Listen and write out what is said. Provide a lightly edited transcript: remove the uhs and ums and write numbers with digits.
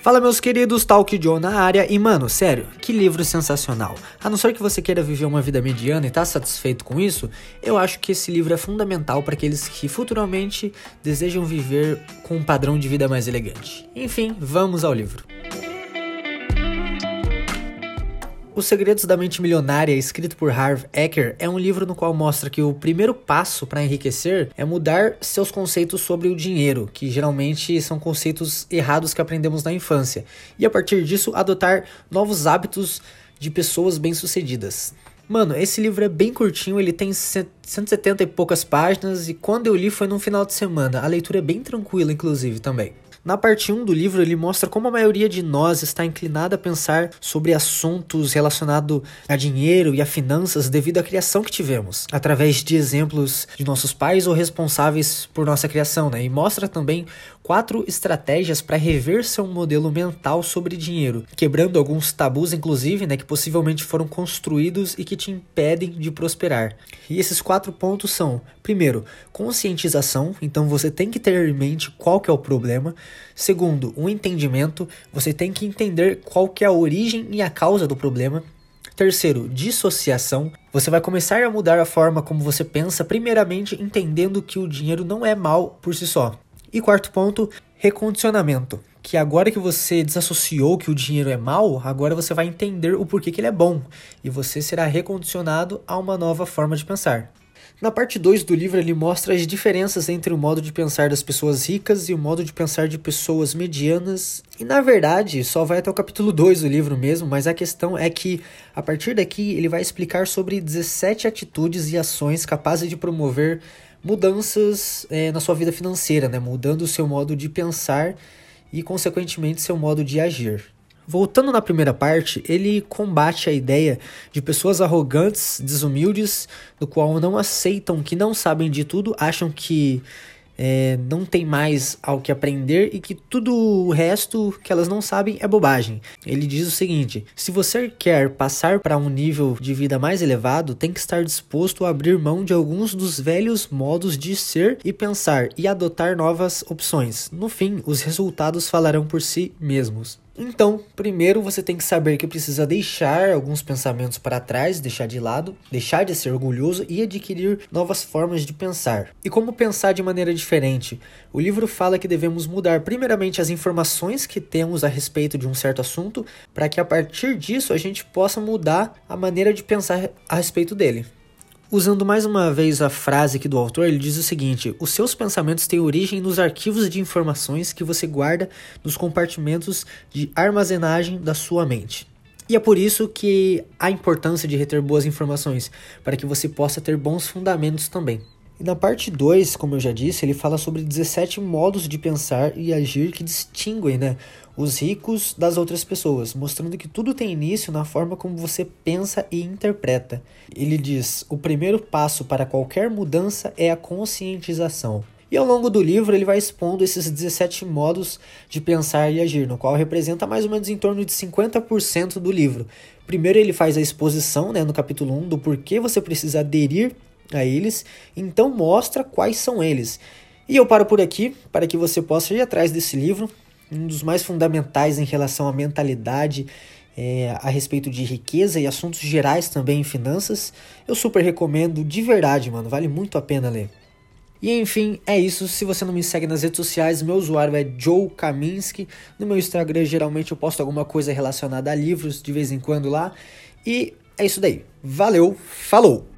Fala, meus queridos, Talk Joe na área. E mano, sério, que livro sensacional. A não ser que você queira viver uma vida mediana e tá satisfeito com isso, eu acho que esse livro é fundamental para aqueles que futuramente desejam viver com um padrão de vida mais elegante. Enfim, vamos ao livro. Os Segredos da Mente Milionária, escrito por Harv Eker, é um livro no qual mostra que o primeiro passo para enriquecer é mudar seus conceitos sobre o dinheiro, que geralmente são conceitos errados que aprendemos na infância, e a partir disso adotar novos hábitos de pessoas bem-sucedidas. Mano, esse livro é bem curtinho, ele tem 170 e poucas páginas, e quando eu li foi num final de semana. A leitura é bem tranquila, inclusive, também. Na parte 1 do livro, ele mostra como a maioria de nós está inclinada a pensar sobre assuntos relacionados a dinheiro e a finanças devido à criação que tivemos, através de exemplos de nossos pais ou responsáveis por nossa criação, né? E mostra também 4 estratégias para rever seu modelo mental sobre dinheiro, quebrando alguns tabus, inclusive, né, que possivelmente foram construídos e que te impedem de prosperar. E esses 4 pontos são, primeiro, conscientização, então você tem que ter em mente qual que é o problema. Segundo, um entendimento, você tem que entender qual que é a origem e a causa do problema. Terceiro, dissociação, você vai começar a mudar a forma como você pensa, primeiramente entendendo que o dinheiro não é mal por si só. E quarto ponto, recondicionamento, que agora que você desassociou que o dinheiro é mal, agora você vai entender o porquê que ele é bom, e você será recondicionado a uma nova forma de pensar. Na parte 2 do livro, ele mostra as diferenças entre o modo de pensar das pessoas ricas e o modo de pensar de pessoas medianas. E na verdade, só vai até o capítulo 2 do livro mesmo, mas a questão é que, a partir daqui, ele vai explicar sobre 17 atitudes e ações capazes de promover mudanças na sua vida financeira, né? Mudando o seu modo de pensar e, consequentemente, seu modo de agir. Voltando na primeira parte, ele combate a ideia de pessoas arrogantes, desumildes, do qual não aceitam que não sabem de tudo, acham que não tem mais ao que aprender e que tudo o resto que elas não sabem é bobagem. Ele diz o seguinte: se você quer passar para um nível de vida mais elevado, tem que estar disposto a abrir mão de alguns dos velhos modos de ser e pensar e adotar novas opções. No fim, os resultados falarão por si mesmos. Então, primeiro você tem que saber que precisa deixar alguns pensamentos para trás, deixar de lado, deixar de ser orgulhoso e adquirir novas formas de pensar. E como pensar de maneira diferente? O livro fala que devemos mudar primeiramente as informações que temos a respeito de um certo assunto, para que a partir disso a gente possa mudar a maneira de pensar a respeito dele. Usando mais uma vez a frase aqui do autor, ele diz o seguinte: os seus pensamentos têm origem nos arquivos de informações que você guarda nos compartimentos de armazenagem da sua mente. E é por isso que há importância de reter boas informações, para que você possa ter bons fundamentos também. E na parte 2, como eu já disse, ele fala sobre 17 modos de pensar e agir que distinguem, os ricos das outras pessoas, mostrando que tudo tem início na forma como você pensa e interpreta. Ele diz: o primeiro passo para qualquer mudança é a conscientização. E ao longo do livro ele vai expondo esses 17 modos de pensar e agir, no qual representa mais ou menos em torno de 50% do livro. Primeiro ele faz a exposição, no capítulo 1, do porquê você precisa aderir a eles, então mostra quais são eles. E eu paro por aqui, para que você possa ir atrás desse livro, um dos mais fundamentais em relação à mentalidade, a respeito de riqueza e assuntos gerais também em finanças. Eu super recomendo, de verdade, mano, vale muito a pena ler. E enfim, é isso. Se você não me segue nas redes sociais, meu usuário é Joe Kaminski. No meu Instagram, geralmente eu posto alguma coisa relacionada a livros de vez em quando lá. E é isso daí. Valeu, falou!